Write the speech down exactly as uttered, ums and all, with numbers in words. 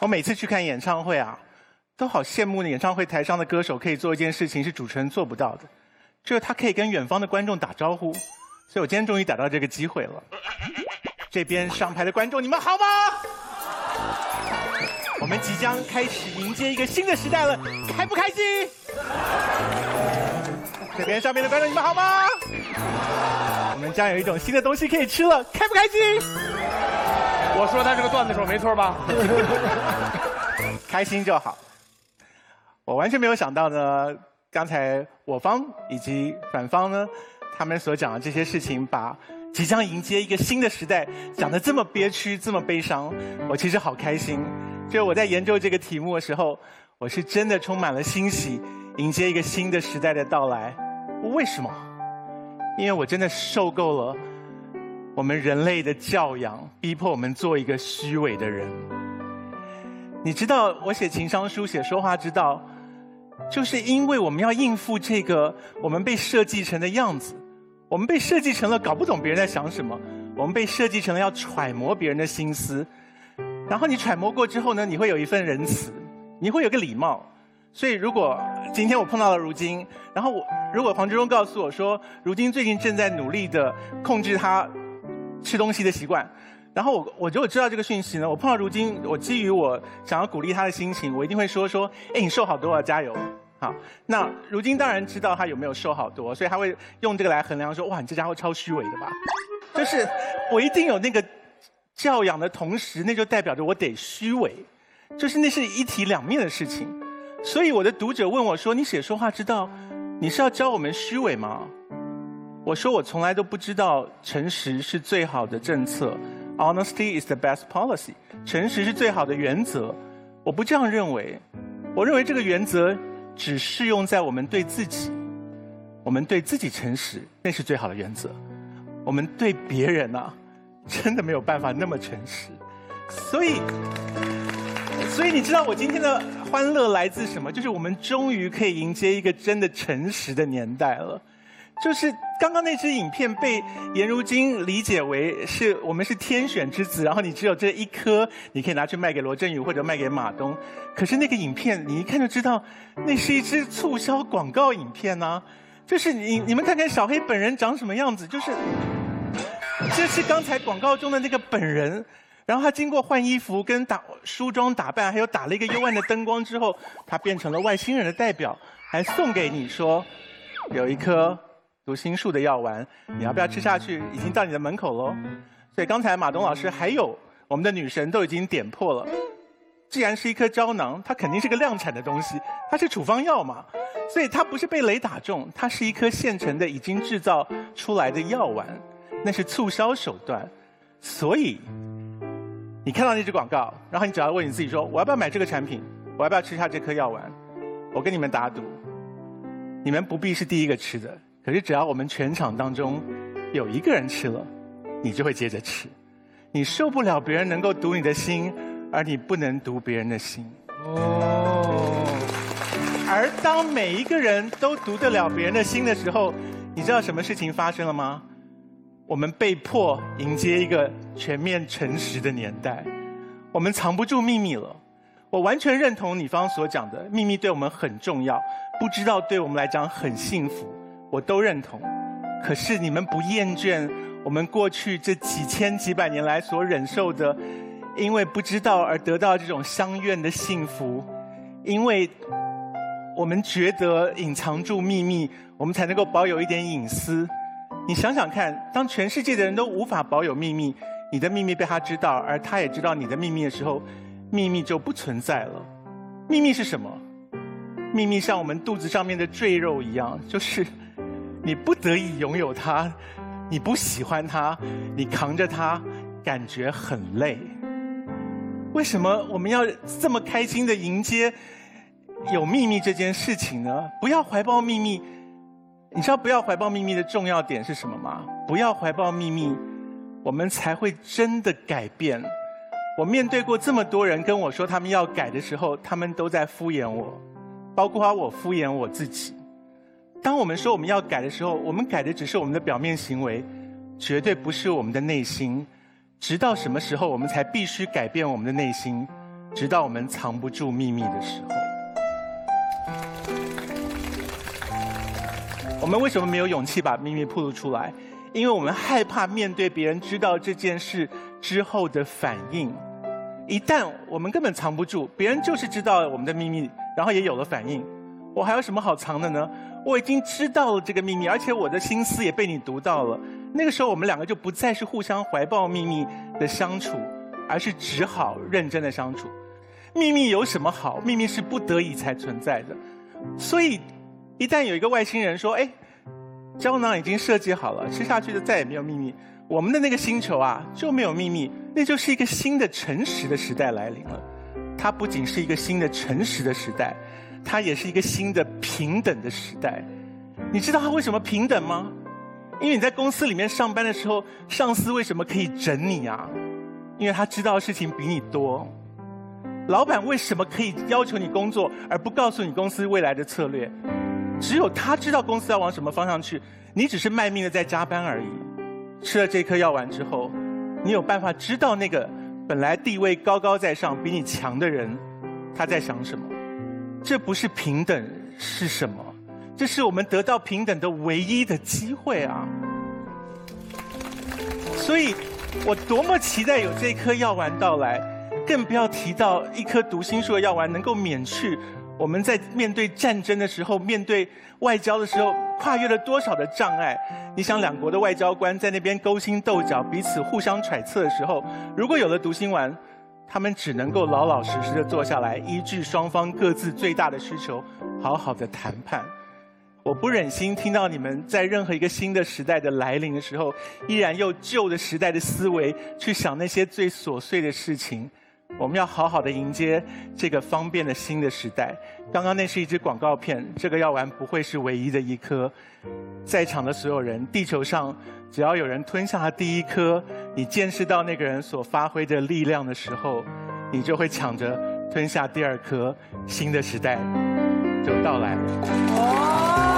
我每次去看演唱会啊，都好羡慕演唱会台上的歌手可以做一件事情是主持人做不到的，就是他可以跟远方的观众打招呼。所以我今天终于打到这个机会了。这边上排的观众，你们好吗？我们即将开始迎接一个新的时代了，开不开心？这边上面的观众，你们好吗？我们将有一种新的东西可以吃了，开不开心？ 我说他是个段子手，没错吧？ 开心就好。我完全没有想到呢，刚才我方以及反方呢，他们所讲的这些事情，把即将迎接一个新的时代讲得这么憋屈，这么悲伤，我其实好开心。就我在研究这个题目的时候，我是真的充满了欣喜，迎接一个新的时代的到来。为什么？因为我真的受够了我们人类的教养，逼迫我们做一个虚伪的人。你知道，我写情商书、写说话之道，就是因为我们要应付这个我们被设计成的样子。我们被设计成了搞不懂别人在想什么，我们被设计成了要揣摩别人的心思。然后你揣摩过之后呢，你会有一份仁慈，你会有个礼貌。所以如果今天我碰到了如今，然后我如果黄志忠告诉我说，如今最近正在努力的控制他吃东西的习惯，然后我我如果知道这个讯息呢，我碰到如今，我基于我想要鼓励他的心情，我一定会说说，哎，你瘦好多啊，加油。好，那如今当然知道他有没有瘦好多，所以他会用这个来衡量说，哇，你这家伙超虚伪的吧？就是我一定有那个教养的同时，那就代表着我得虚伪，就是那是一体两面的事情。所以我的读者问我说，你写说话之道，你是要教我们虚伪吗？我说我从来都不知道诚实是最好的政策 ，Honesty is the best policy， 诚实是最好的原则。我不这样认为，我认为这个原则只适用在我们对自己，我们对自己诚实，那是最好的原则。我们对别人啊，真的没有办法那么诚实。所以，所以你知道我今天的欢乐来自什么？就是我们终于可以迎接一个真的诚实的年代了。就是刚刚那支影片被颜如晶理解为是我们是天选之子，然后你只有这一颗，你可以拿去卖给罗振宇或者卖给马东。可是那个影片你一看就知道，那是一支促销广告影片啊！就是你你们看看小黑本人长什么样子，就是这是刚才广告中的那个本人。然后他经过换衣服、跟打梳妆打扮，还有打了一个幽暗的灯光之后，他变成了外星人的代表，还送给你说有一颗读心术的药丸，你要不要吃下去？已经到你的门口喽。所以刚才马东老师还有我们的女神都已经点破了，既然是一颗胶囊，它肯定是个量产的东西，它是处方药嘛，所以它不是被雷打中，它是一颗现成的已经制造出来的药丸，那是促销手段。所以你看到那支广告，然后你只要问你自己说，我要不要买这个产品？我要不要吃下这颗药丸？我跟你们打赌，你们不必是第一个吃的，可是只要我们全场当中有一个人吃了，你就会接着吃。你受不了别人能够读你的心，而你不能读别人的心。哦。而当每一个人都读得了别人的心的时候，你知道什么事情发生了吗？我们被迫迎接一个全面诚实的年代，我们藏不住秘密了。我完全认同你方所讲的，秘密对我们很重要，不知道对我们来讲很幸福，我都认同。可是你们不厌倦我们过去这几千几百年来所忍受的，因为不知道而得到这种相怨的幸福，因为我们觉得隐藏住秘密，我们才能够保有一点隐私。你想想看，当全世界的人都无法保有秘密，你的秘密被他知道，而他也知道你的秘密的时候，秘密就不存在了。秘密是什么？秘密像我们肚子上面的赘肉一样，就是你不得已拥有它，你不喜欢它，你扛着它，感觉很累。为什么我们要这么开心的迎接有秘密这件事情呢？不要怀抱秘密。你知道不要怀抱秘密的重要点是什么吗？不要怀抱秘密，我们才会真的改变。我面对过这么多人跟我说他们要改的时候，他们都在敷衍我，包括我敷衍我自己。当我们说我们要改的时候，我们改的只是我们的表面行为，绝对不是我们的内心。直到什么时候我们才必须改变我们的内心？ 直到我们藏不住秘密的时候。我们为什么没有勇气把秘密暴露出来？因为我们害怕面对别人知道这件事之后的反应。一旦我们根本藏不住，别人就是知道我们的秘密，然后也有了反应，我还有什么好藏的呢？我已经知道了这个秘密，而且我的心思也被你读到了。那个时候我们两个就不再是互相怀抱秘密的相处，而是只好认真的相处。秘密有什么好？秘密是不得已才存在的。所以一旦有一个外星人说，哎，胶囊已经设计好了，吃下去的再也没有秘密，我们的那个星球啊就没有秘密，那就是一个新的诚实的时代来临了。它不仅是一个新的诚实的时代，它也是一个新的平等的时代。你知道它为什么平等吗？因为你在公司里面上班的时候，上司为什么可以整你啊？因为他知道的事情比你多。老板为什么可以要求你工作，而不告诉你公司未来的策略？只有他知道公司要往什么方向去，你只是卖命的在加班而已。吃了这颗药丸之后，你有办法知道那个本来地位高高在上、比你强的人，他在想什么。这不是平等是什么？这是我们得到平等的唯一的机会啊！所以，我多么期待有这颗药丸到来，更不要提到一颗读心术的药丸能够免去我们在面对战争的时候、面对外交的时候跨越了多少的障碍。你想，两国的外交官在那边勾心斗角、彼此互相揣测的时候，如果有了读心丸，他们只能够老老实实的坐下来，依据双方各自最大的需求，好好的谈判。我不忍心听到你们在任何一个新的时代的来临的时候，依然用旧的时代的思维去想那些最琐碎的事情。我们要好好的迎接这个方便的新的时代。刚刚那是一支广告片，这个药丸不会是唯一的一颗。在场的所有人，地球上只要有人吞下了第一颗，你见识到那个人所发挥的力量的时候，你就会抢着吞下第二颗，新的时代就到来了。